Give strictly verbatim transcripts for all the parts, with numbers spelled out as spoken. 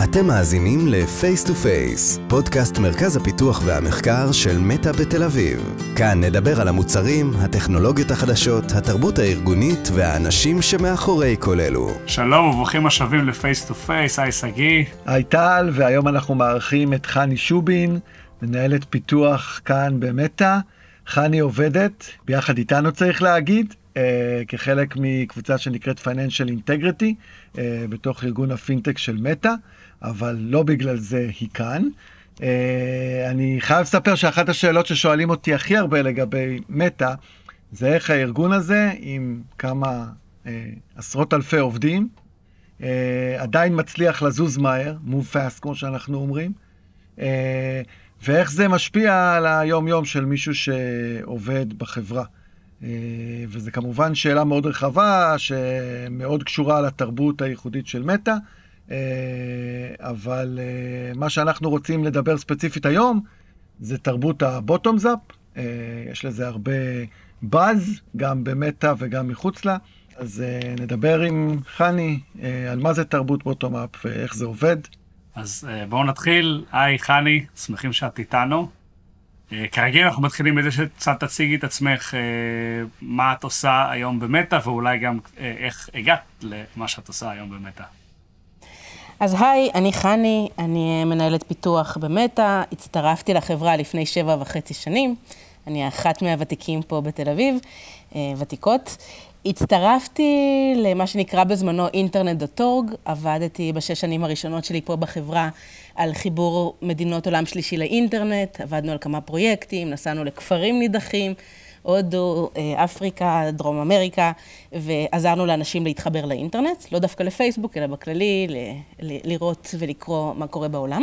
אתם מאזינים ל-Face to Face, פודקאסט מרכז הפיתוח והמחקר של מטא בתל אביב. כאן נדבר על המוצרים, הטכנולוגיות החדשות, התרבות הארגונית והאנשים שמאחורי כל אלו. שלום וברוכים השבים ל-Face to Face, היי סגי. היי טל, והיום אנחנו מארחים את חני שובין, מנהלת פיתוח כאן במטא. חני עובדת, ביחד איתנו צריך להגיד, אה, כחלק מקבוצה שנקראת Financial Integrity, אה, בתוך ארגון הפינטק של מטא, אבל לא בגלל זה היא כאן. אה, אני חייב לספר שאחת השאלות ששואלים אותי הכי הרבה לגבי מטא, זה איך הארגון הזה, עם כמה אה, עשרות אלפי עובדים, אה, עדיין מצליח לזוז מהר, move fast כמו שאנחנו אומרים, אה, ואיך זה משפיע על היום-יום של מישהו שעובד בחברה. וזה כמובן שאלה מאוד רחבה, שמאוד קשורה לתרבות הייחודית של מטא, אבל מה שאנחנו רוצים לדבר ספציפית היום, זה תרבות הבוטומס אפ. יש לזה הרבה באז, גם במטא וגם מחוץ לה. אז נדבר עם חני על מה זה תרבות בוטום אפ ואיך זה עובד. אז בואו נתחיל. היי חני, שמחים שאת איתנו. כרגיל אנחנו מתחילים בזה שקצת תציגי את עצמך מה את עושה היום במטא, ואולי גם איך הגעת למה שאת עושה היום במטא. אז היי, אני חני, אני מנהלת פיתוח במטא, הצטרפתי לחברה לפני שבע וחצי שנים, אני אחת מהוותיקים פה בתל אביב, ותיקות. הצטרפתי למה שנקרא בזמנו אינטרנט דוט אורג, עבדתי בשש שנים הראשונות שלי פה בחברה על חיבור מדינות עולם שלישי לאינטרנט, עבדנו על כמה פרויקטים, נסענו לכפרים נידחים, הודו, אפריקה, דרום אמריקה, ועזרנו לאנשים להתחבר לאינטרנט, לא דווקא לפייסבוק, אלא בכללי, ל- לראות ולקרוא מה קורה בעולם.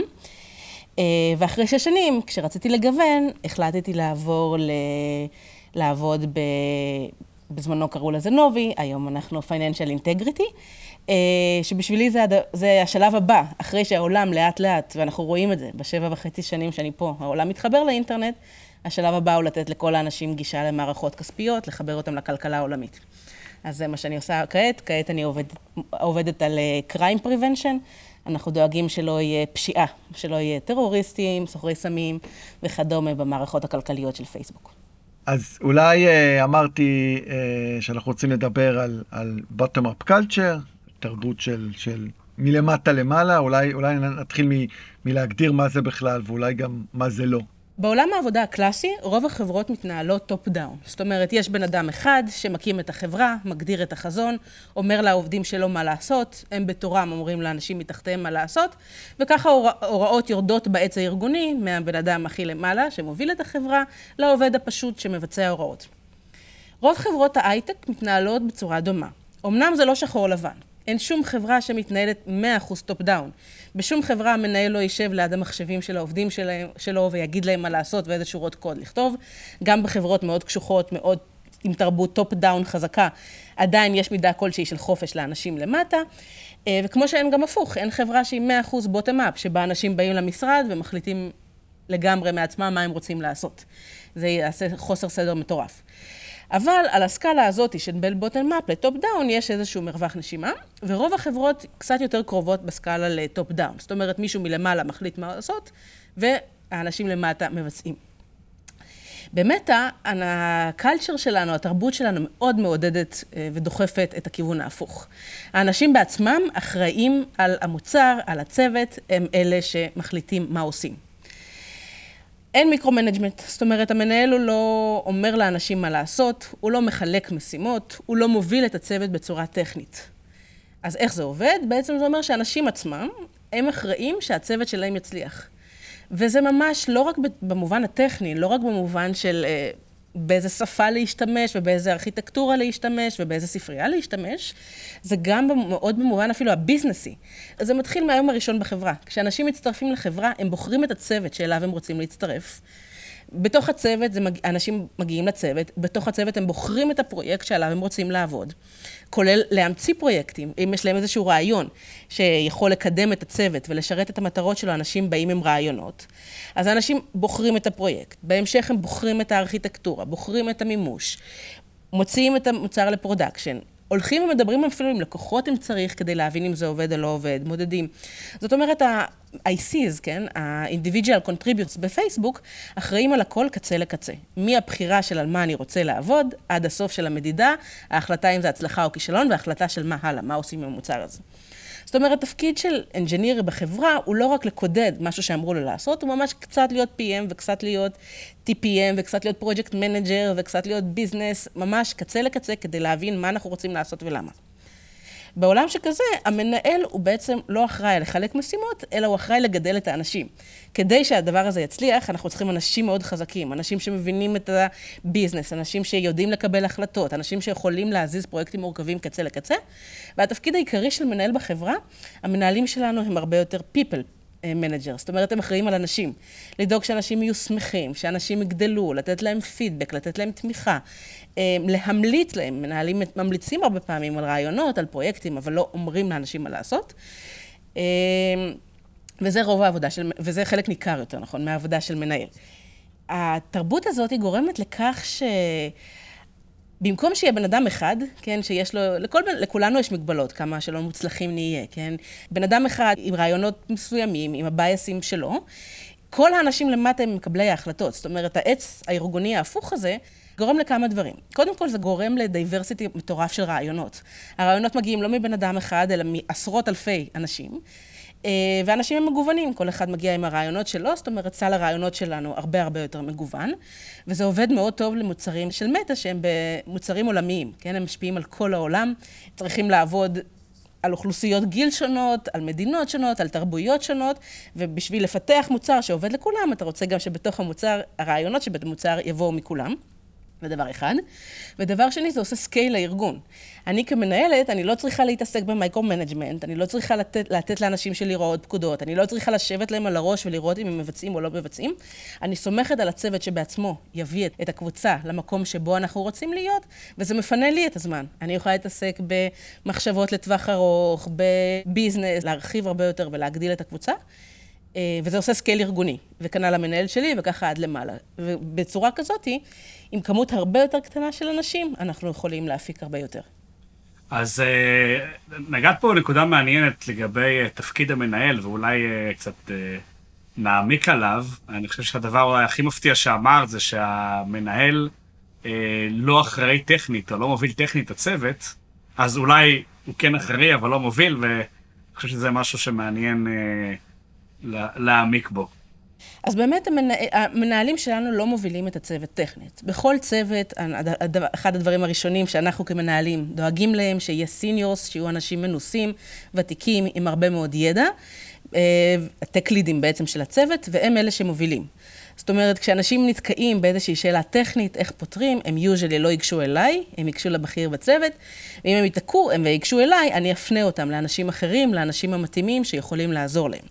ואחרי שש שנים, כשרציתי לגוון, החלטתי לעבור ל- לעבוד ב... בזמנו קראו לזה נובי, היום אנחנו Financial Integrity, שבשבילי זה, זה השלב הבא, אחרי שהעולם לאט לאט, ואנחנו רואים את זה בשבע וחצי שנים שאני פה, העולם מתחבר לאינטרנט, השלב הבא הוא לתת לכל האנשים גישה למערכות כספיות, לחבר אותם לכלכלה העולמית. אז זה מה שאני עושה כעת, כעת אני עובדת, עובדת על Crime Prevention, אנחנו דואגים שלא יהיה פשיעה, שלא יהיה טרוריסטים, סוחרי סמים וכדומה במערכות הכלכליות של פייסבוק. אז אולי אמרתי שאנחנו רוצים לדבר על, על bottom-up culture, תרבות של, של מלמטה למעלה, אולי, אולי נתחיל מ, מלהגדיר מה זה בכלל, ואולי גם מה זה לא. בעולם העבודה הקלאסי, רוב החברות מתנהלות טופ דאון. זאת אומרת, יש בן אדם אחד שמקים את החברה, מגדיר את החזון, אומר לעובדים שלו מה לעשות, הם בתורם אומרים לאנשים מתחתיהם מה לעשות, וככה הוראות יורדות בעץ הארגוני, מהבן אדם הכי למעלה שמוביל את החברה, לעובד הפשוט שמבצע הוראות. רוב חברות ההייטק מתנהלות בצורה דומה. אמנם זה לא שחור לבן. אין שום חברה שמתנהלת מאה אחוז טופ דאון. בשום חברה המנהל לא יישב ליד המחשבים של העובדים שלהם, שלו ויגיד להם מה לעשות ואיזה שורות קוד לכתוב. גם בחברות מאוד קשוחות, מאוד עם תרבות טופ דאון חזקה, עדיין יש מידה כלשהי של חופש לאנשים למטה. וכמו שאין גם הפוך, אין חברה שהיא מאה אחוז בוטום אפ, שבה אנשים באים למשרד ומחליטים לגמרי מעצמם מה הם רוצים לעשות. זה יעשה חוסר סדר מטורף. אבל על הסקאלה הזאת של בין בוטום אפ לטופ דאון יש איזשהו מרווח נשימה, ורוב החברות קצת יותר קרובות בסקאלה לטופ דאון. זאת אומרת, מישהו מלמעלה מחליט מה לעשות, והאנשים למטה מבצעים. במטא, הקלצ'ר שלנו, התרבות שלנו מאוד מעודדת ודוחפת את הכיוון ההפוך. האנשים בעצמם אחראים על המוצר, על הצוות, הם אלה שמחליטים מה עושים. אין מיקרו-מנג'מנט, זאת אומרת, המנהל הוא לא אומר לאנשים מה לעשות, הוא לא מחלק משימות, הוא לא מוביל את הצוות בצורה טכנית. אז איך זה עובד? בעצם זה אומר שאנשים עצמם, הם אחראים שהצוות שלהם יצליח. וזה ממש לא רק במובן הטכני, לא רק במובן של באיזה שפה להשתמש, ובאיזה ארכיטקטורה להשתמש, ובאיזה ספרייה להשתמש, זה גם מאוד במובן אפילו הביזנסי. זה מתחיל מהיום הראשון בחברה. כשאנשים מצטרפים לחברה, הם בוחרים את הצוות שאליו הם רוצים להצטרף. בתוך הצוות, זה מג... אנשים מגיעים לצוות, בתוך הצוות הם בוחרים את הפרויקט שעליו הם רוצים לעבוד, כולל להמציא פרויקטים, אם יש להם איזשהו רעיון שיכול לקדם את הצוות ולשרת את המטרות שלו, אנשים באים עם רעיונות. אז האנשים בוחרים את הפרויקט, בהמשך הם בוחרים את הארכיטקטורה, בוחרים את המימוש, מוציאים את המוצר לפרודקשן, הולכים ומדברים אפילו עם לקוחות אם צריך, כדי להבין אם זה עובד או לא עובד, מודדים. זאת אומרת, ה-I Cs, כן, ה-Individual Contributors בפייסבוק, אחראים על הכל קצה לקצה. מהבחירה של על מה אני רוצה לעבוד, עד הסוף של המדידה, ההחלטה אם זה הצלחה או כישלון, וההחלטה של מה הלאה, מה עושים עם המוצר הזה. זאת אומרת, תפקיד של אנג'יניר בחברה הוא לא רק לקודד משהו שאמרו לו לעשות, הוא ממש קצת להיות פי אם וקצת להיות טי פי אם וקצת להיות פרויקט מנג'ר וקצת להיות ביזנס, ממש קצה לקצה כדי להבין מה אנחנו רוצים לעשות ולמה. בעולם שכזה, המנהל הוא בעצם לא אחראי לחלק משימות, אלא הוא אחראי לגדל את האנשים. כדי שהדבר הזה יצליח, אנחנו צריכים אנשים מאוד חזקים, אנשים שמבינים את הביזנס, אנשים שיודעים לקבל החלטות, אנשים שיכולים להזיז פרויקטים מורכבים קצה לקצה. והתפקיד העיקרי של מנהל בחברה, המנהלים שלנו הם הרבה יותר people manager, זאת אומרת, הם אחראים על אנשים. לדאוג שאנשים יהיו שמחים, שאנשים יגדלו, לתת להם פידבק, לתת להם תמיכה, להמליץ להם. מנהלים ממליצים הרבה פעמים על רעיונות, על פרויקטים, אבל לא אומרים לאנשים מה לעשות. וזה רוב העבודה של, וזה חלק ניכר יותר, נכון, מהעבודה של מנהל. התרבות הזאת היא גורמת לכך ש... במקום שיהיה בן אדם אחד, כן, שיש לו, לכל, לכולנו יש מגבלות, כמה שלא מוצלחים נהיה, כן? בן אדם אחד עם רעיונות מסוימים, עם הבייסים שלו, כל האנשים למטה הם מקבלי ההחלטות. זאת אומרת, העץ הארגוני ההפוך הזה גורם לכמה דברים. קודם כל, זה גורם לדייברסיטי מטורף של רעיונות. הרעיונות מגיעים לא מבן אדם אחד, אלא מעשרות אלפי אנשים. ואנשים הם מגוונים, כל אחד מגיע עם הרעיונות שלו, זאת אומרת, סל הרעיונות שלנו הרבה הרבה יותר מגוון, וזה עובד מאוד טוב למוצרים של מטה, שהם במוצרים עולמיים, כן? הם משפיעים על כל העולם, צריכים לעבוד על אוכלוסיות גיל שונות, על מדינות שונות, על תרבויות שונות, ובשביל לפתח מוצר שעובד לכולם, אתה רוצה גם שבתוך המוצר, הרעיונות שבמוצר יבואו מכולם. זה דבר אחד. ודבר שני, זה עושה סקייל לארגון. אני כמנהלת, אני לא צריכה להתעסק במייקרו-מנג'מנט, אני לא צריכה לתת, לתת לאנשים שלי לראות פקודות, אני לא צריכה לשבת להם על הראש ולראות אם הם מבצעים או לא מבצעים. אני סומכת על הצוות שבעצמו יביא את הקבוצה למקום שבו אנחנו רוצים להיות, וזה מפנה לי את הזמן. אני יכולה להתעסק במחשבות לטווח ארוך, בביזנס, להרחיב הרבה יותר ולהגדיל את הקבוצה. וזה עושה סקייל ארגוני, וכנ"ל המנהל שלי, וככה עד למעלה. ובצורה כזאת, עם כמות הרבה יותר קטנה של אנשים, אנחנו יכולים להפיק הרבה יותר. אז נגעת פה נקודה מעניינת לגבי תפקיד המנהל, ואולי קצת נעמיק עליו. אני חושב שהדבר אולי הכי מפתיע שאמרת, זה שהמנהל לא אחראי טכנית, או לא מוביל טכנית הצוות, אז אולי הוא כן אחראי, אבל לא מוביל, ואני חושב שזה משהו שמעניין להעמיק בו. אז באמת המנהלים שלנו לא מובילים את הצוות טכנית. בכל צוות, אחד הדברים הראשונים שאנחנו כמנהלים דואגים להם, שיהיה סיניורס, שיהיו אנשים מנוסים, ותיקים, עם הרבה מאוד ידע, הטק לידים בעצם של הצוות, והם אלה שמובילים. זאת אומרת, כשאנשים נתקעים באיזושהי שאלה טכנית, איך פותרים, הם usually לא ייגשו אליי, הם ייגשו לבכיר בצוות, ואם הם יתקעו, הם ייגשו אליי, אני אפנה אותם לאנשים אחרים, לאנשים המתאימים שיכולים לעזור להם.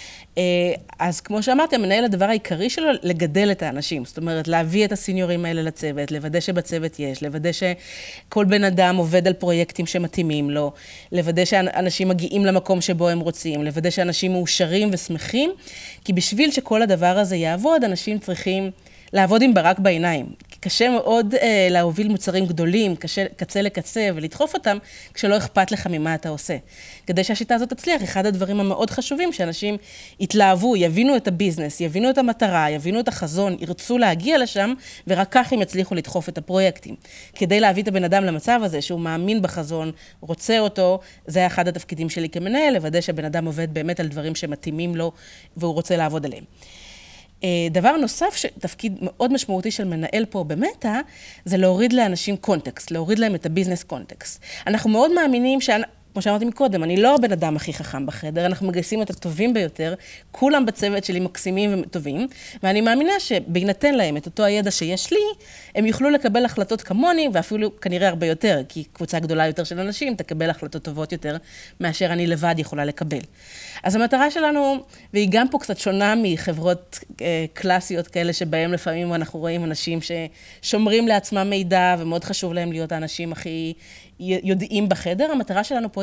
אז כמו שאמרתי, המנהל הדבר העיקרי שלו לגדל את האנשים, זאת אומרת, להביא את הסיניורים האלה לצוות, לוודא שבצוות יש, לוודא שכל בן אדם עובד על פרויקטים שמתאימים לו, לוודא שאנשים מגיעים למקום שבו הם רוצים, לוודא שאנשים מאושרים ושמחים, כי בשביל שכל הדבר הזה יעבוד, אנשים צריכים לעבוד עם ברק בעיניים. קשה מאוד אה, להוביל מוצרים גדולים, קשה, קצה לקצה, ולדחוף אותם כשלא אכפת לך ממה אתה עושה. כדי שהשיטה הזאת תצליח, אחד הדברים המאוד חשובים, שאנשים יתלהבו, יבינו את הביזנס, יבינו את המטרה, יבינו את החזון, ירצו להגיע לשם, ורק כך הם יצליחו לדחוף את הפרויקטים. כדי להביא את הבן אדם למצב הזה, שהוא מאמין בחזון, רוצה אותו, זה אחד התפקידים שלי כמנהל, לוודא שהבן אדם עובד באמת על דברים שמתאימים לו, והוא רוצה לעבוד עליהם. דבר נוסף, תפקיד מאוד משמעותי של מנהל פה במטה, זה להוריד לאנשים קונטקסט, להוריד להם את הביזנס קונטקסט. אנחנו מאוד מאמינים ש... כמו שאמרתי מקודם, אני לא הבן אדם הכי חכם בחדר, אנחנו מגייסים את הטובים ביותר, כולם בצוות שלי מקסימים וטובים, ואני מאמינה שבהינתן להם את אותו הידע שיש לי, הם יוכלו לקבל החלטות כמוני, ואפילו כנראה הרבה יותר, כי קבוצה גדולה יותר של אנשים תקבל החלטות טובות יותר, מאשר אני לבד יכולה לקבל. אז המטרה שלנו, והיא גם פה קצת שונה מחברות אה, קלאסיות כאלה, שבהם לפעמים אנחנו רואים אנשים ששומרים לעצמם מידע, ומאוד חשוב להם להיות האנשים הכי יודעים בחדר. המטרה שלנו פה היא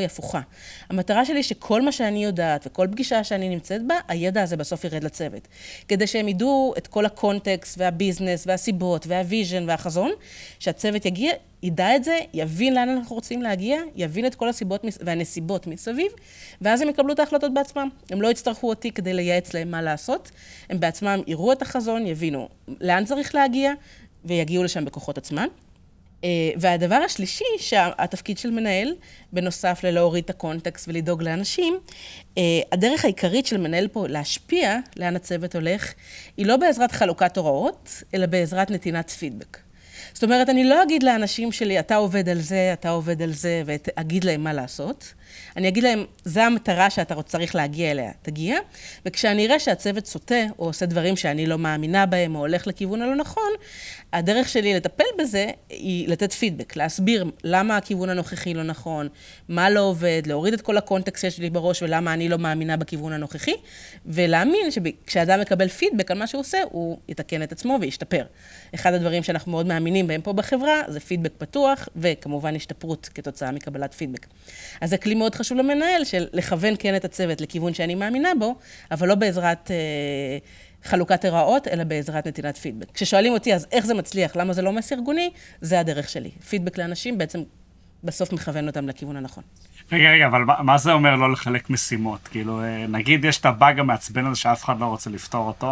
היא הפוכה. המטרה שלי שכל מה שאני יודעת וכל פגישה שאני נמצאת בה, הידע הזה בסוף ירד לצוות. כדי שהם ידעו את כל הקונטקסט והביזנס והסיבות והוויז'ן והחזון, שהצוות יגיע, ידע את זה, יבין לאן אנחנו רוצים להגיע, יבין את כל הסיבות והנסיבות מסביב, ואז הם יקבלו את ההחלטות בעצמם. הם לא יצטרכו אותי כדי לייעץ להם מה לעשות, הם בעצמם יראו את החזון, יבינו לאן צריך להגיע, ויגיעו לשם בכוחות עצמם. והדבר השלישי, שהתפקיד של מנהל, בנוסף ללהוריד את הקונטקסט ולדאוג לאנשים, הדרך העיקרית של מנהל פה להשפיע לאן הצוות הולך, היא לא בעזרת חלוקת הוראות, אלא בעזרת נתינת פידבק. זאת אומרת, אני לא אגיד לאנשים שלי, אתה עובד על זה, אתה עובד על זה, ואגיד להם מה לעשות. אני אגיד להם, זו המטרה שאתה צריך להגיע אליה, תגיע. וכשאני אראה שהצוות סוטה, או עושה דברים שאני לא מאמינה בהם, או הולך לכיוון הלא נכון, הדרך שלי לטפל בזה היא לתת פידבק, להסביר למה הכיוון הנוכחי לא נכון, מה לא עובד, להוריד את כל הקונטקסט שיש לי בראש, ולמה אני לא מאמינה בכיוון הנוכחי, ולהאמין שכשאדם מקבל פידבק על מה שהוא עושה, הוא יתקן את עצמו וישתפר. אחד הדברים שאנחנו מאוד מאמינים בהם פה בחברה, זה פידבק פתוח, וכמובן השתפרות כתוצאה מקבלת פידבק. אז זה כלי מאוד חשוב למנהל, של לכוון כן את הצוות לכיוון שאני מאמינה בו, אבל לא בעזרת אה, חלוקת הרעות, אלא בעזרת נתינת פידבק. כששואלים אותי, אז איך זה מצליח, למה זה לא מס ארגוני, זה הדרך שלי. פידבק לאנשים בעצם בסוף מכוון אותם לכיוון הנכון. רגע, רגע, אבל מה, מה זה אומר לא לחלק משימות? כאילו, נגיד יש את הבאג המעצבן הזה שאף אחד לא רוצה לפתור אותו,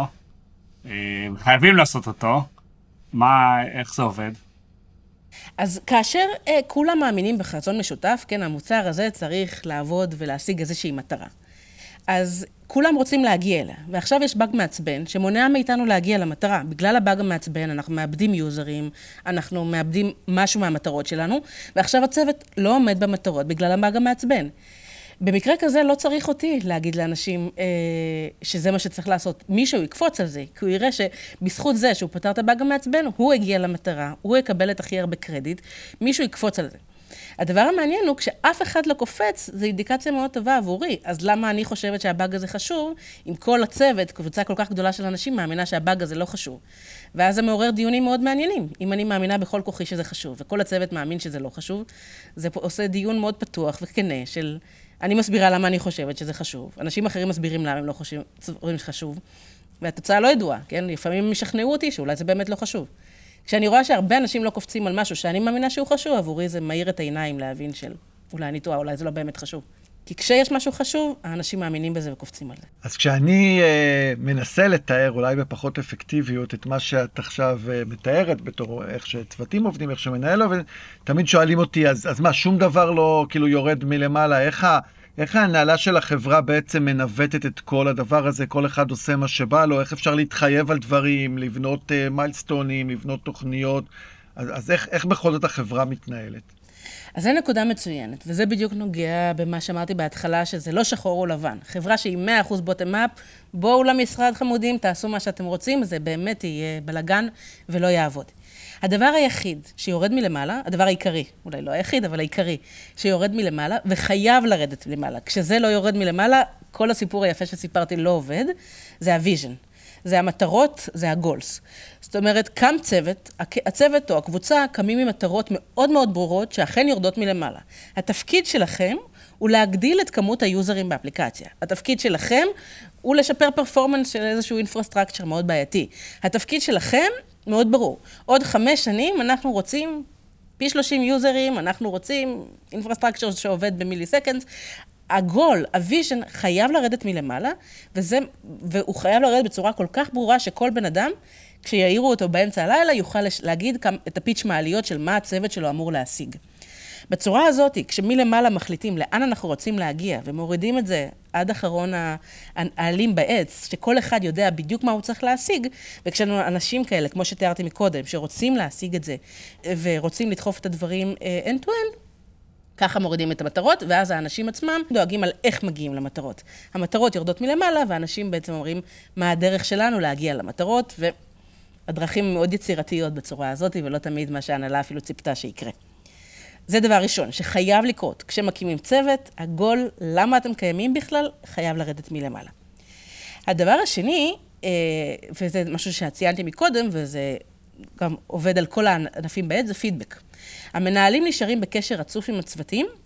חייבים לעשות אותו, מה, איך זה עובד? אז כאשר אה, כולם מאמינים בחזון משותף, כן, המוצר הזה צריך לעבוד ולהשיג איזושהי מטרה. אז כולם רוצים להגיע אליה, ועכשיו יש באג מעצבן שמונע מאיתנו להגיע למטרה. בגלל הבאג המעצבן אנחנו מאבדים יוזרים, אנחנו מאבדים משהו מהמטרות שלנו, ועכשיו הצוות לא עומד במטרות בגלל הבאג המעצבן. במקרה כזה לא צריך אותי להגיד לאנשים אה, שזה מה שצריך לעשות. מישהו יקפוץ על זה, כי הוא יראה שבזכות זה שהוא פתר את הבאג המעצבן, הוא הגיע למטרה, הוא יקבל את הכי הרבה קרדיט, מישהו יקפוץ על זה. הדבר המעניין הוא, כשאף אחד לא קופץ, זו אינדיקציה מאוד טובה עבורי. אז למה אני חושבת שהבאג הזה חשוב, אם כל הצוות, קבוצה כל כך גדולה של אנשים, מאמינה שהבאג הזה לא חשוב. ואז זה מעורר דיונים מאוד מעניינים. אם אני מאמינה בכל כוחי שזה חשוב, וכל הצוות מאמין שזה לא חשוב, זה עושה דיון מאוד פתוח וכנה של... אני מסבירה למה אני חושבת שזה חשוב. אנשים אחרים מסבירים למה הם לא חושבים שחשוב. והתוצאה לא ידועה, כן? לפעמים הם ישכנעו אותי שאולי זה באמת לא חשוב. כשאני רואה שהרבה אנשים לא קופצים על משהו שאני מאמינה שהוא חשוב, עבורי זה מאיר את העיניים להבין של אולי אני טועה, אולי זה לא באמת חשוב. כי כשיש משהו חשוב, האנשים מאמינים בזה וקופצים על זה. אז כשאני אה, מנסה לתאר אולי בפחות אפקטיביות את מה שאת עכשיו אה, מתארת בתור איך שצוותים עובדים, איך שמנהל עובד, תמיד שואלים אותי, אז, אז מה, שום דבר לא כאילו יורד מלמעלה, איך ה... איך ההנהלה של החברה בעצם מנווטת את כל הדבר הזה? כל אחד עושה מה שבא לו, איך אפשר להתחייב על דברים, לבנות uh, מיילסטונים, לבנות תוכניות, אז, אז איך, איך בכל זאת החברה מתנהלת? אז זו נקודה מצוינת, וזה בדיוק נוגע במה שאמרתי בהתחלה, שזה לא שחור או לבן. חברה שהיא מאה אחוז בוטם-אפ, בואו למשרד חמודים, תעשו מה שאתם רוצים, זה באמת יהיה בלגן ולא יעבוד. הדבר היחיד שיורד מלמעלה, הדבר העיקרי, אולי לא היחיד, אבל העיקרי, שיורד מלמעלה וחייב לרדת מלמעלה. כשזה לא יורד מלמעלה, כל הסיפור היפה שסיפרתי לא עובד, זה הוויז'ן. זה המטרות, זה הגולס. זאת אומרת, קם צוות, הצוות או הקבוצה קמים עם מטרות מאוד מאוד ברורות, שאכן יורדות מלמעלה. התפקיד שלכם הוא להגדיל את כמות היוזרים באפליקציה. התפקיד שלכם הוא לשפר פרפורמנס של איזשהו אינפרסטרקצ'ר מאוד בעייתי. התפקיד שלכם מאוד ברור. עוד חמש שנים אנחנו רוצים פי שלושים יוזרים, אנחנו רוצים אינפרסטרקצ'ר שעובד במילי סקנדס. הגול, הוויז'ן, חייב לרדת מלמעלה, וזה, והוא חייב לרדת בצורה כל כך ברורה שכל בן אדם, כשיעירו אותו באמצע הלילה, יוכל להגיד את הפיץ' מעליות של מה הצוות שלו אמור להשיג. בצורה הזאת, כשמלמעלה מחליטים לאן אנחנו רוצים להגיע, ומורידים את זה עד אחרון העלים בעץ, שכל אחד יודע בדיוק מה הוא צריך להשיג, וכשאנו אנשים כאלה, כמו שתיארתי מקודם, שרוצים להשיג את זה, ורוצים לדחוף את הדברים end to end, ככה מורידים את המטרות, ואז האנשים עצמם דואגים על איך מגיעים למטרות. המטרות יורדות מלמעלה, והאנשים בעצם אומרים מה הדרך שלנו להגיע למטרות, והדרכים מאוד יצירתיות בצורה הזאת, ולא תמיד מה שההנהלה אפילו ציפתה שיקרה. זה דבר ראשון, שחייב לקרות. כשמקימים צוות, הגול, למה אתם קיימים בכלל, חייב לרדת מלמעלה. הדבר השני, וזה משהו שציינתי מקודם, וזה גם עובד על כל הענפים בעד, זה פידבק. המנהלים נשארים בקשר רצוף עם הצוותים,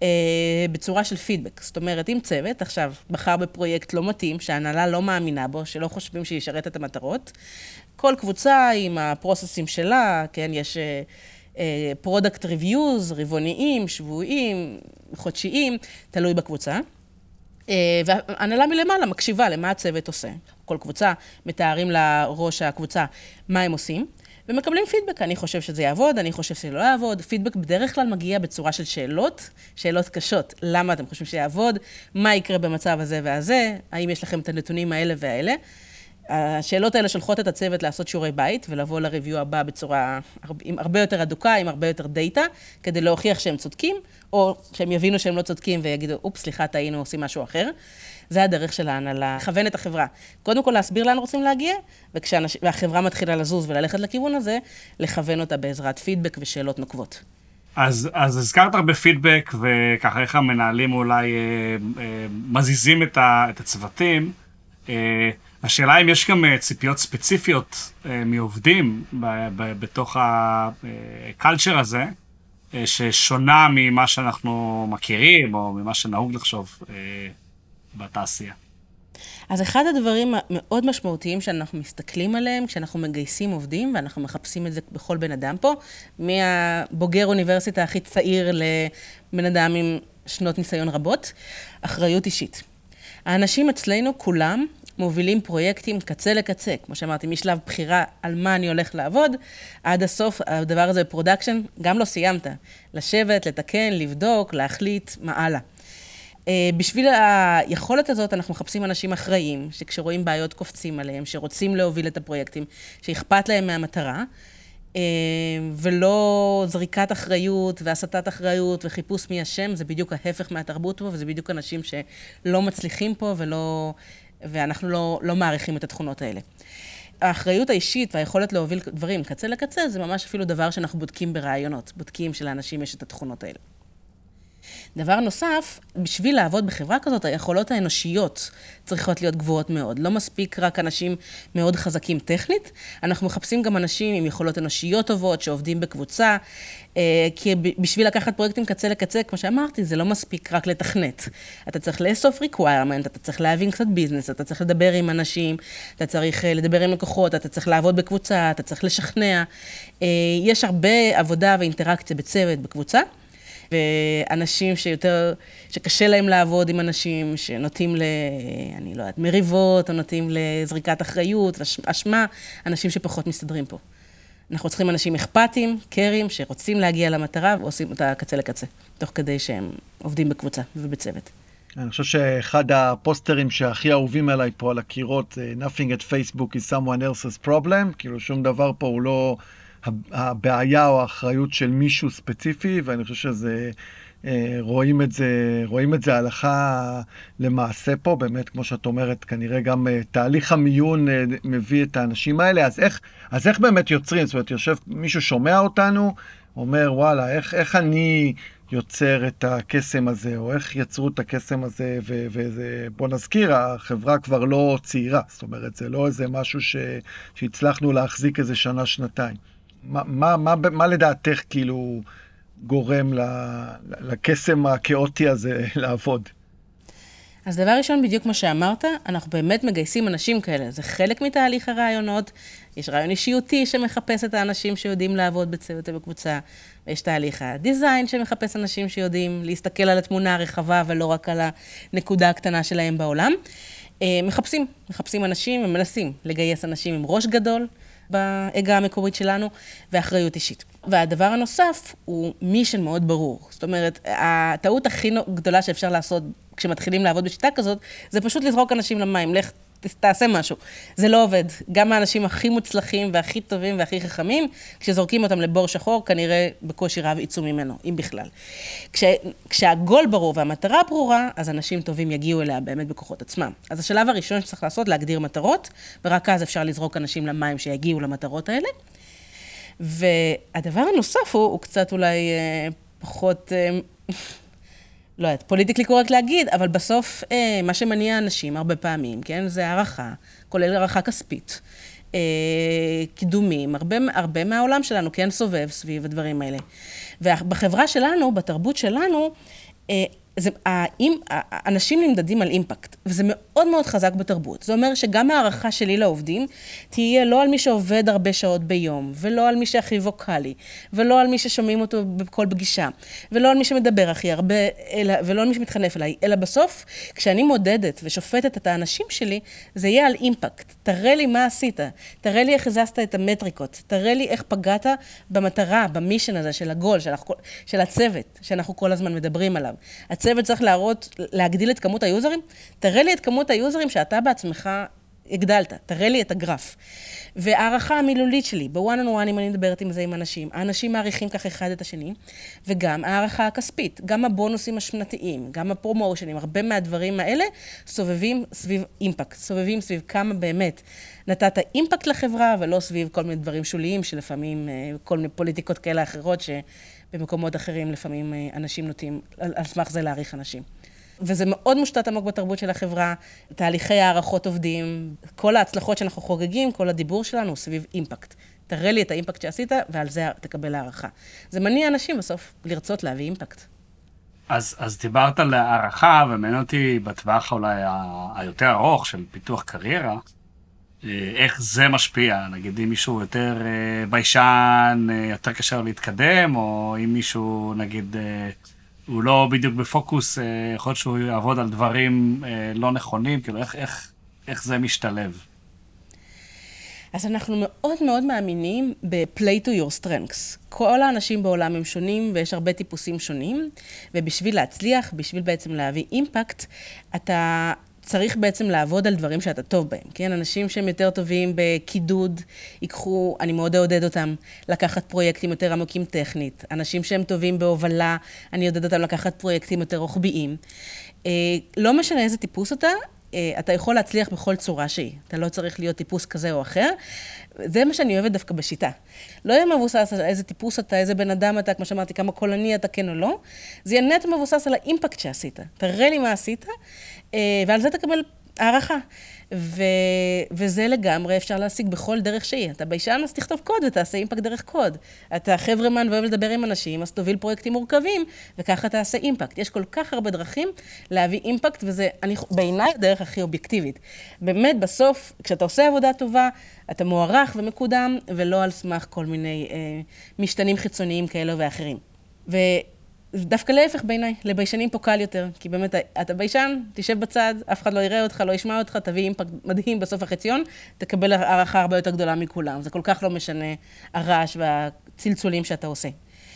בצורה של פידבק. זאת אומרת, אם צוות עכשיו בחר בפרויקט לא מתאים, שההנהלה לא מאמינה בו, שלא חושבים שישרת את המטרות, כל קבוצה עם הפרוססים שלה, כן, יש פרודקט ריוויוז, רבעוניים, שבועיים, חודשיים, תלוי בקבוצה. וההנהלה מלמעלה מקשיבה למה הצוות עושה. כל קבוצה מתארים לראש הקבוצה מה הם עושים, ומקבלים פידבק. אני חושב שזה יעבוד, אני חושב שזה לא יעבוד. פידבק בדרך כלל מגיע בצורה של שאלות, שאלות קשות. למה אתם חושבים שיעבוד? מה יקרה במצב הזה והזה? האם יש לכם את הנתונים האלה והאלה? השאלות האלה שולחות את הצוות לעשות שיעורי בית, ולבוא לריוויו הבא בצורה עם הרבה יותר אדוקה, עם הרבה יותר דאטה, כדי להוכיח שהם צודקים, או שהם יבינו שהם לא צודקים ויגידו, אופס, סליחה, טעינו, עושים משהו אחר. זה הדרך של ההנהלה, לכוון את החברה. קודם כל להסביר לאן רוצים להגיע, וכשהאנש... והחברה מתחילה לזוז וללכת לכיוון הזה, לכוון אותה בעזרת פידבק ושאלות נוקבות. אז, אז הזכרת הרבה פידבק, וככה איך המנהלים אולי אה, אה, מזיזים את, ה, את הצוותים. אה, השאלה אם יש גם ציפיות ספציפיות אה, מעובדים ב, ב, בתוך הקלצ'ר הזה, אה, ששונה ממה שאנחנו מכירים, או ממה שנהוג לחשוב אה, בתעשייה. אז אחד הדברים המאוד משמעותיים שאנחנו מסתכלים עליהם, כשאנחנו מגייסים עובדים, ואנחנו מחפשים את זה בכל בן אדם פה, מהבוגר אוניברסיטה הכי צעיר לבן אדם עם שנות ניסיון רבות, אחריות אישית. האנשים אצלנו כולם מובילים פרויקטים קצה לקצה, כמו שאמרתי, משלב בחירה על מה אני הולך לעבוד, עד הסוף הדבר הזה בפרודקשן, גם לא סיימת. לשבת, לתקן, לבדוק, להחליט, מה הלאה. בשביל היכולת הזאת אנחנו מחפשים אנשים אחראיים, שכשרואים בעיות קופצים עליהם, שרוצים להוביל את הפרויקטים, שאכפת להם מהמטרה, ולא זריקת אחריות והסטת אחריות וחיפוש מי השם, זה בדיוק ההפך מהתרבות פה, וזה בדיוק אנשים שלא מצליחים פה ולא, ואנחנו לא, לא מעריכים את התכונות האלה. האחריות האישית והיכולת להוביל דברים קצה לקצה, זה ממש אפילו דבר שאנחנו בודקים ברעיונות, בודקים שלאנשים יש את התכונות האלה. דבר נוסף, בשביל לעבוד בחברה כזאת, היכולות האנושיות צריכות להיות גבוהות מאוד. לא מספיק רק אנשים מאוד חזקים טכנית, אנחנו מחפשים גם אנשים עם יכולות אנושיות טובות, שעובדים בקבוצה, כי בשביל לקחת פרויקטים קצה לקצה, כמו שאמרתי, זה לא מספיק רק לתכנת. אתה צריך לאסוף requirement, אתה צריך להבין קצת ביזנס, אתה צריך לדבר עם אנשים, אתה צריך לדבר עם לקוחות, אתה צריך לעבוד בקבוצה, אתה צריך לשכנע. יש הרבה עבודה ואינטראקציה בצוות בקבוצה, ואנשים שיותר, שקשה להם לעבוד עם אנשים שנוטים ל, אני לא יודעת, מריבות, או נוטים לזריקת אחריות, אשמה, אנשים שפחות מסתדרים פה. אנחנו צריכים אנשים אכפתיים, קרים, שרוצים להגיע למטרה, ועושים אותה קצה לקצה, תוך כדי שהם עובדים בקבוצה ובצוות. אני חושב שאחד הפוסטרים שהכי אהובים עליי פה על הקירות, Nothing at Facebook is someone else's problem, כאילו שום דבר פה הוא לא הבעיה או האחריות של מישהו ספציפי, ואני חושב שזה, רואים את זה, רואים את זה הלכה למעשה פה, באמת, כמו שאת אומרת, כנראה גם תהליך המיון מביא את האנשים האלה, אז איך, אז איך באמת יוצרים? זאת אומרת, יושב, מישהו שומע אותנו, אומר, וואלה, איך, איך אני יוצר את הקסם הזה, או איך יצרו את הקסם הזה, ו- וזה, בוא נזכיר, החברה כבר לא צעירה, זאת אומרת, זה לא איזה משהו ש- שהצלחנו להחזיק איזה שנה, שנתיים. מה, מה, מה, מה לדעתך כאילו גורם לקסם הכאוטי הזה לעבוד? אז דבר ראשון, בדיוק מה שאמרת, אנחנו באמת מגייסים אנשים כאלה. זה חלק מתהליך הרעיונות. יש רעיון אישיותי שמחפש את האנשים שיודעים לעבוד בצוות ובקבוצה. ויש תהליך הדיזיין שמחפש אנשים שיודעים להסתכל על התמונה הרחבה ולא רק על הנקודה הקטנה שלהם בעולם. מחפשים, מחפשים אנשים ומנסים לגייס אנשים עם ראש גדול, בהגה המקורית שלנו, ואחריות אישית. והדבר הנוסף הוא מישן מאוד ברור. זאת אומרת, הטעות הכי גדולה שאפשר לעשות כשמתחילים לעבוד בשיטה כזאת, זה פשוט לזרוק אנשים למים, לך תעשה משהו. זה לא עובד. גם האנשים הכי מוצלחים והכי טובים והכי חכמים, כשזורקים אותם לבור שחור, כנראה בקושי רב יצאו ממנו, אם בכלל. כש, כשהגול ברור והמטרה ברורה, אז אנשים טובים יגיעו אליה באמת בכוחות עצמם. אז השלב הראשון שצריך לעשות, להגדיר מטרות, ורק אז אפשר לזרוק אנשים למים שיגיעו למטרות האלה. והדבר הנוסף הוא, הוא קצת אולי אה, פחות... אה, לא יודעת, פוליטיקלי קורקט להגיד, אבל בסוף אה, מה שמניע אנשים הרבה פעמים, כן, זה הערכה, כולל הערכה כספית, אה, קידומים, הרבה, הרבה מהעולם שלנו, כן, סובב סביב הדברים האלה. ובחברה שלנו, בתרבות שלנו, זה, האם, האנשים נמדדים על אימפקט, וזה מאוד מאוד חזק בתרבות. זה אומר שגם הערכה שלי לעובדים תהיה לא על מי שעובד הרבה שעות ביום, ולא על מי שהכי ווקלי, ולא על מי ששומעים אותו בכל פגישה, ולא על מי שמדבר הכי הרבה, אלא, ולא על מי שמתחנף אליי, אלא בסוף, כשאני מודדת ושופטת את האנשים שלי, זה יהיה על אימפקט. תראה לי מה עשית, תראה לי איך הזזת את המטריקות, תראה לי איך פגעת במטרה, במישן הזה של הגול, של, של הצוות, שאנחנו כל הזמן מדברים עליו. הצוות צריך להראות, להגדיל את כמות היוזרים, תראה לי את כמות היוזרים שאתה בעצמך הגדלת, תראה לי את הגרף. והערכה המילולית שלי, בוואן און וואן, אם אני מדברת עם זה עם אנשים, האנשים מעריכים כך אחד את השני, וגם הערכה הכספית, גם הבונוסים השנתיים, גם הפרומושנים, הרבה מהדברים האלה סובבים סביב אימפקט, סובבים סביב כמה באמת נתת אימפקט לחברה, ולא סביב כל מיני דברים שוליים, שלפעמים כל מיני פוליטיקות כאלה אחרות, שבמקומות אחרים לפעמים אנשים נוטים על סמך זה להעריך אנשים. וזה מאוד מושתת עמוק בתרבות של החברה, תהליכי הערכות עובדים, כל ההצלחות שאנחנו חוגגים, כל הדיבור שלנו סביב אימפקט. תראה לי את האימפקט שעשית, ועל זה תקבל הערכה. זה מניע אנשים בסוף לרצות להביא אימפקט. אז, אז דיברת על הערכה, ומעניין אותי בטווח אולי ה- היותר ארוך של פיתוח קריירה, איך זה משפיע, נגיד אם מישהו יותר ביישן, יותר קשה לו להתקדם, או אם מישהו נגיד הוא לא בדיוק בפוקוס, יכול להיות שהוא יעבוד על דברים לא נכונים, כאילו איך, איך, איך זה משתלב? אז אנחנו מאוד מאוד מאמינים ב-play to your strengths. כל האנשים בעולם הם שונים ויש הרבה טיפוסים שונים, ובשביל להצליח, בשביל בעצם להביא אימפקט, אתה צריך בעצם לעבוד על דברים שאתה טוב בהם, כן? אנשים שהם יותר טובים בקידוד, ייקחו, אני מאוד אעודד אותם לקחת פרויקטים יותר עמוקים טכנית. אנשים שהם טובים בהובלה, אני אעודד אותם לקחת פרויקטים יותר רוחביים. לא משנה איזה טיפוס אתה, אתה יכול להצליח בכל צורה שהיא. אתה לא צריך להיות טיפוס כזה או אחר. זה מה שאני אוהבת דווקא בשיטה. לא יהיה מבוסס על איזה טיפוס אתה, איזה בן אדם אתה, כמו שאמרתי, כמה קולני אתה כן או לא. זה יהיה נטו מבוסס על האימפקט שעשית. תראה לי מה עשית, ועל זה תקבל הערכה. ו... וזה לגמרי אפשר להשיג בכל דרך שהיא. אתה ביישן, אז תכתוב קוד ותעשה אימפקט דרך קוד. אתה חברמן ואוהב לדבר עם אנשים, אז תוביל פרויקטים מורכבים, וככה תעשה אימפקט. יש כל כך הרבה דרכים להביא אימפקט, וזה אני, בעיניי הדרך הכי אובייקטיבית. באמת, בסוף, כשאתה עושה עבודה טובה, אתה מוערך ומקודם, ולא על סמך כל מיני אה, משתנים חיצוניים כאלה ואחרים. ו... דווקא להפך בעיניי, לביישנים פה קל יותר, כי באמת אתה ביישן, תשב בצד, אף אחד לא יראה אותך, לא ישמע אותך, תביא אימפקט מדהים בסוף החציון, תקבל הערכה הרבה יותר גדולה מכולם. זה כל כך לא משנה הרעש והצלצולים שאתה עושה.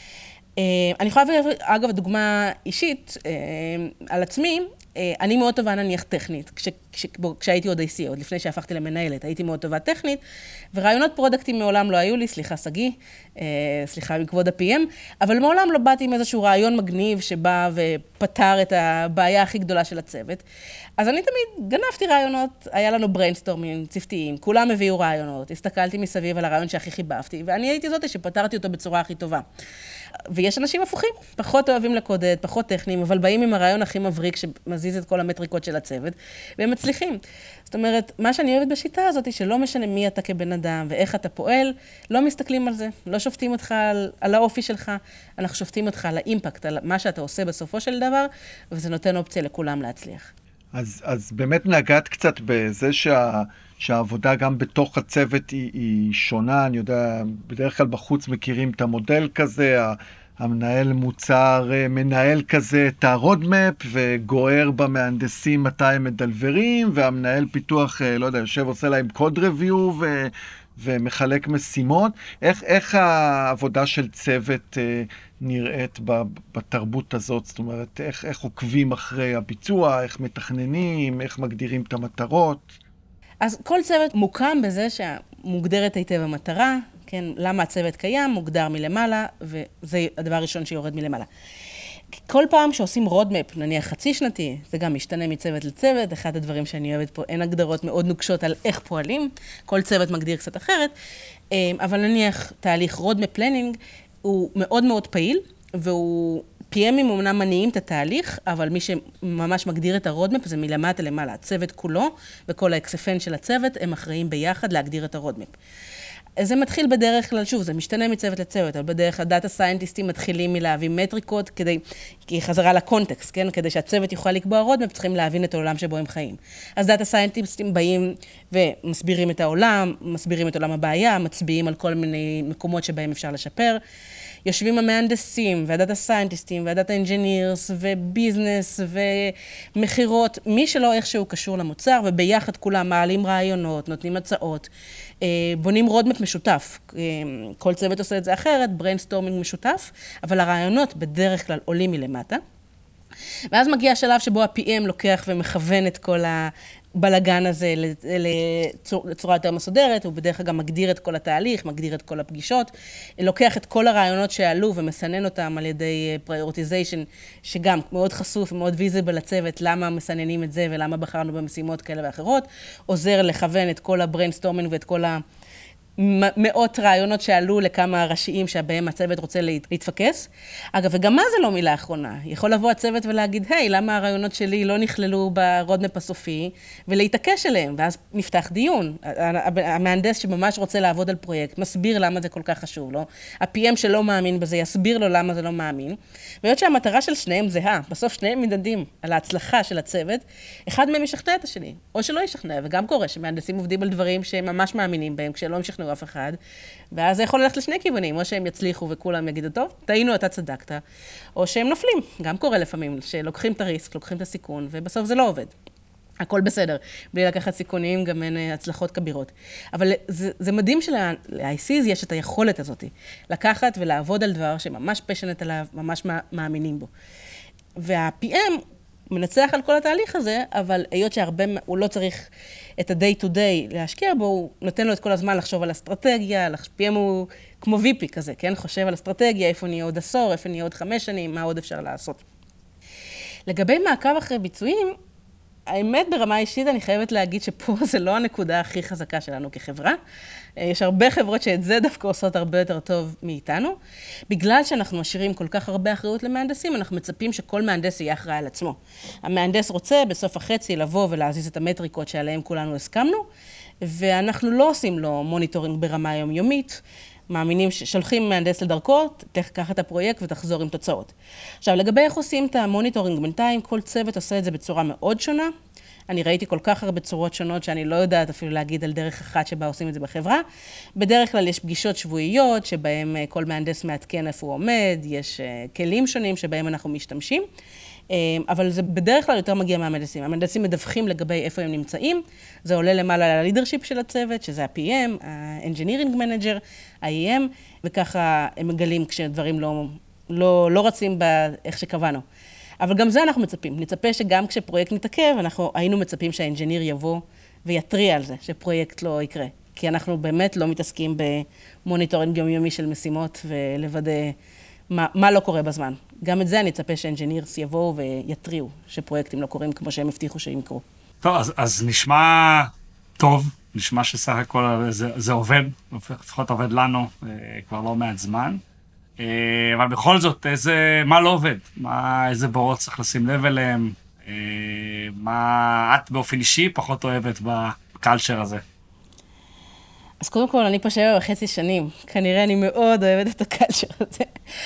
אני יכולה להביא, אגב, דוגמה אישית על עצמי, אני מאוד טובה נניח טכנית, כש, כש, כשהייתי עוד איי סי, עוד לפני שהפכתי למנהלת, הייתי מאוד טובה טכנית, ורעיונות פרודקטים מעולם לא היו לי, סליחה סגי, סליחה מכבוד ה-פי אם, אבל מעולם לא באתי עם איזשהו רעיון מגניב שבא ופתר את הבעיה הכי גדולה של הצוות. אז אני תמיד גנבתי רעיונות, היה לנו בריינסטורמים צוותיים, כולם הביאו רעיונות, הסתכלתי מסביב על הרעיון שהכי חיבבתי, ואני הייתי זאת שפתרתי אותו בצורה הכי טובה. ויש אנשים הפוכים, פחות אוהבים לקודד, פחות טכניים, אבל באים עם הרעיון הכי מבריק שמזיז את כל המטריקות של הצוות, והם מצליחים. זאת אומרת, מה שאני אוהבת בשיטה הזאת היא שלא משנה מי אתה כבן אדם ואיך אתה פועל, לא מסתכלים על זה, לא שופטים אותך על, על האופי שלך, אנחנו שופטים אותך על האימפקט, על מה שאתה עושה בסופו של דבר, וזה נותן אופציה לכולם להצליח. אז, אז באמת נגעת קצת בזה שה, שהעבודה גם בתוך הצוות היא, היא שונה, אני יודע, בדרך כלל בחוץ מכירים את המודל כזה, המנהל מוצר מנהל כזה את הרודמפ וגוער במהנדסים מתי הם מדלברים, והמנהל פיתוח, לא יודע, יושב עושה להם קוד ריוויו ו... ומחלק משימות. איך, איך העבודה של צוות אה, נראית בתרבות הזאת? זאת אומרת, איך, איך עוקבים אחרי הביצוע, איך מתכננים, איך מגדירים את המטרות? אז כל צוות מוקם בזה שמוגדרת היטב המטרה, כן, למה הצוות קיים, מוגדר מלמעלה, וזה הדבר הראשון שיורד מלמעלה. כל פעם שעושים רודמפ, נניח חצי שנתי, זה גם משתנה מצוות לצוות, אחד הדברים שאני אוהבת פה, אין הגדרות מאוד נוקשות על איך פועלים, כל צוות מגדיר קצת אחרת, אבל נניח תהליך רודמפ פלנינג הוא מאוד מאוד פעיל, והוא פי אמים אומנם מניעים את התהליך, אבל מי שממש מגדיר את הרודמפ זה מלמטה למעלה, הצוות כולו וכל האקספן של הצוות הם אחראים ביחד להגדיר את הרודמפ. זה מתחיל בדרך כלל, שוב, זה משתנה מצוות לצוות, אבל בדרך כלל דאטה סיינטיסטים מתחילים מלהביא מטריקות, כדי, כי חזרה לקונטקסט, כן? כדי שהצוות יוכל לקבוע רודמפ, צריכים להבין את העולם שבו הם חיים. אז דאטה סיינטיסטים באים ומסבירים את העולם, מסבירים את עולם הבעיה, מצביעים על כל מיני מקומות שבהם אפשר לשפר. יושבים המהנדסים, והדאטה סיינטיסטים, והדאטה אינג'ינירס, וביזנס, ומחירות, מי שלא איכשהו קשור למוצר, וביחד כולם מעלים רעיונות, נותנים הצעות, בונים רודמפ משותף. כל צוות עושה את זה אחרת, בריינסטורמינג משותף, אבל הרעיונות בדרך כלל עולים מלמטה. ואז מגיע השלב שבו ה-פי אם לוקח ומכוון את כל הבלגן הזה לצורה יותר מסודרת, הוא בדרך כלל גם מגדיר את כל התהליך, מגדיר את כל הפגישות, לוקח את כל הרעיונות שעלו ומסנן אותם על ידי פריורטיזיישן, שגם מאוד חשוף ומאוד ויזיבל לצוות, למה מסננים את זה ולמה בחרנו במשימות כאלה ואחרות, עוזר לכוון את כל הבריינסטורמינג ואת כל ה... מאות רעיונות שעלו לכמה ראשיים שבהם הצוות רוצה להתפקס. אגב, וגם מה זה לא מילה האחרונה? יכול לבוא הצוות ולהגיד, היי, למה הרעיונות שלי לא נכללו ברודמפ הסופי, ולהתעקש אליהם, ואז נפתח דיון. המהנדס שממש רוצה לעבוד על פרויקט, מסביר למה זה כל כך חשוב לו. ה-פי אם שלא מאמין בזה, יסביר לו למה זה לא מאמין. והיות שהמטרה של שניהם זהה, בסוף שניהם מדדים על ההצלחה של הצוות, אחד מהם ישכנע את השני, או שלא ישכנע, וגם קורה שמהנדסים עובדים על דברים שהם ממש מאמינים בהם, כשלא משכנעו אף אחד, ואז זה יכול ללכת לשני כיוונים, או שהם יצליחו וכולם יגידו, טוב, טעינו, אתה צדקת, או שהם נופלים, גם קורה לפעמים, שלוקחים את הריסק, לוקחים את הסיכון, ובסוף זה לא עובד. הכל בסדר, בלי לקחת סיכונים, גם אין הצלחות כבירות. אבל זה, זה מדהים של-איי סיז יש את היכולת הזאת, לקחת ולעבוד על דבר שממש פשנט עליו, ממש מאמינים בו. וה-פי אם מנצח על כל התהליך הזה, אבל היות שהרבה, הוא לא צריך את ה-day to day להשקיע בו, הוא נותן לו את כל הזמן לחשוב על אסטרטגיה, פי אם הוא כמו וי פי כזה, כן? חושב על אסטרטגיה, איפה נהיה עוד עשור, איפה נהיה עוד חמש שנים, מה עוד אפשר לעשות. לגבי מעקב אחרי ביצועים, האמת ברמה אישית אני חייבת להגיד שפה זה לא הנקודה הכי חזקה שלנו כחברה. יש הרבה חברות שאת זה דווקא עושות הרבה יותר טוב מאיתנו. בגלל שאנחנו משאירים כל כך הרבה אחריות למהנדסים, אנחנו מצפים שכל מהנדס יהיה אחראי על עצמו. המהנדס רוצה בסוף החצי לבוא ולהזיז את המטריקות שעליהם כולנו הסכמנו, ואנחנו לא עושים לו מוניטורינג ברמה יומיומית, מאמינים ששולחים מהנדס לדרכו, תקח את הפרויקט ותחזור עם תוצאות. עכשיו, לגבי איך עושים את המוניטורינג בינתיים, כל צוות עושה את זה בצורה מאוד שונה. אני ראיתי כל כך הרבה צורות שונות שאני לא יודעת אפילו להגיד על דרך אחת שבה עושים את זה בחברה. בדרך כלל יש פגישות שבועיות שבהם כל מהנדס מעדכן איפה הוא עומד, יש כלים שונים שבהם אנחנו משתמשים. אבל זה בדרך כלל יותר מגיע מהמהנדסים. המהנדסים מדווחים לגבי איפה הם נמצאים, זה עולה למעלה ללידרשיפ של הצוות, שזה ה-פי אם, ה-Engineering Manager, ה-אי אם, וככה הם מגלים כשדברים לא, לא, לא רצים באיך שקבענו. אבל גם זה אנחנו מצפים. נצפה שגם כשפרויקט מתעכב, אנחנו היינו מצפים שהאנג'יניר יבוא ויתריע על זה, שפרויקט לא יקרה. כי אנחנו באמת לא מתעסקים במוניטורינג יומיומי של משימות ולוודא מה, מה לא קורה בזמן. גם את זה אני אצפה שאנג'ינירס יבואו ויתריעו שפרויקטים לא קורים כמו שהם הבטיחו שהם יקרו. טוב, אז, אז נשמע טוב, נשמע שסך הכל זה, זה עובד, לפחות עובד לנו כבר לא מעט זמן. אבל בכל זאת, איזה, מה לא עובד? מה, איזה בורות צריך לשים לב אליהם? מה את באופן אישי פחות אוהבת בקלצ'ר הזה? אז קודם כל, אני פה שבע וחצי שנים. כנראה אני מאוד אוהבת את הקלצ'ר הזה.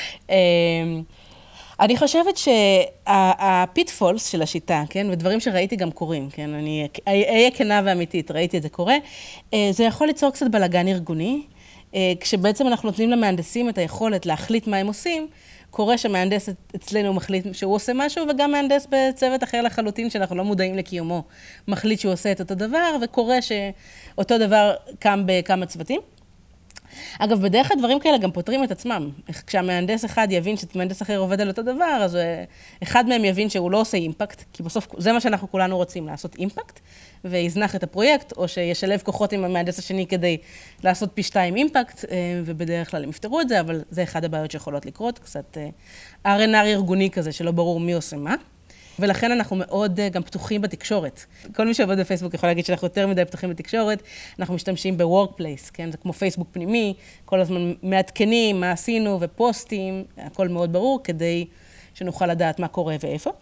אני חושבת שהפיטפולס של השיטה, כן, ודברים שראיתי גם קורים, כן, אני אהיה כנה ואמיתית, ראיתי את זה קורה, זה יכול ליצור קצת בלגן ארגוני, כשבעצם אנחנו נותנים למהנדסים את היכולת להחליט מה הם עושים, קורה שמהנדס אצלנו מחליט שהוא עושה משהו, וגם מהנדס בצוות אחר לחלוטין שאנחנו לא מודעים לקיומו, מחליט שהוא עושה את אותו דבר, וקורה שאותו דבר קם בכמה צוותים. אגב, בדרך כלל דברים כאלה גם פותרים את עצמם. כשהמהנדס אחד יבין שמהנדס אחר עובד על אותו דבר, אז אחד מהם יבין שהוא לא עושה אימפקט, כי בסוף זה מה שאנחנו כולנו רוצים, לעשות אימפקט, ויזנח את הפרויקט, או שישלב כוחות עם המהנדס השני כדי לעשות פי שתיים אימפקט, ובדרך כלל הם יפתרו את זה, אבל זה אחד הבעיות שיכולות לקרות, קצת אר אן אר ארגוני כזה, שלא ברור מי עושה מה. ולכן אנחנו מאוד גם פתוחים בתקשורת. כל מי שעובד בפייסבוק יכול להגיד שאנחנו יותר מדי פתוחים בתקשורת, אנחנו משתמשים ב-workplace, כן? זה כמו פייסבוק פנימי, כל הזמן מעדכנים, מה עשינו ופוסטים, הכל מאוד ברור, כדי שנוכל לדעת מה קורה ואיפה.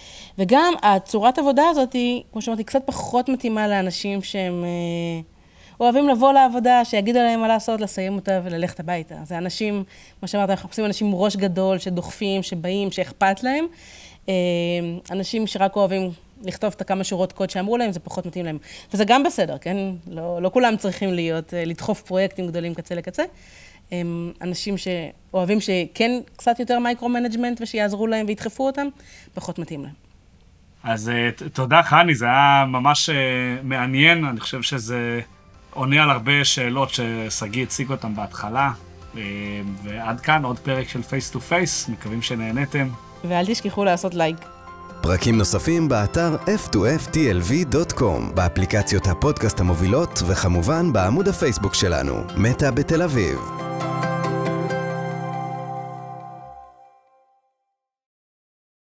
וגם הצורת עבודה הזאת היא, כמו שאמרתי, קצת פחות מתאימה לאנשים שהם אוהבים לבוא לעבודה, שיגידו להם מה לעשות, לסיים אותה וללכת הביתה. זה אנשים, כמו שאמרת, אנחנו מחפשים אנשים עם ראש גדול, שדוחפים, שבאים, שאכפת להם. אנשים שרק אוהבים לכתוב את הכמה שורות קוד שאמרו להם, זה פחות מתאים להם. וזה גם בסדר, כן? לא, לא כולם צריכים להיות, לדחוף פרויקטים גדולים קצה לקצה. אנשים שאוהבים שכן קצת יותר מייקרו-מנג'מנט ושיעזרו להם וידחפו אותם, פחות מתאים להם. אז תודה חני, זה היה ממש מעניין, אני חושב שזה עונה על הרבה שאלות שסגי הציג אותם בהתחלה, ועד כאן עוד פרק של פייס טו פייס, מקווים שנהנתם. ואל תשכחו לעשות לייק. פרקים נוספים באתר אף טו אף טי אל וי דוט קום, באפליקציות הפודקאסט המובילות, וכמובן בעמוד הפייסבוק שלנו, מטא בתל אביב.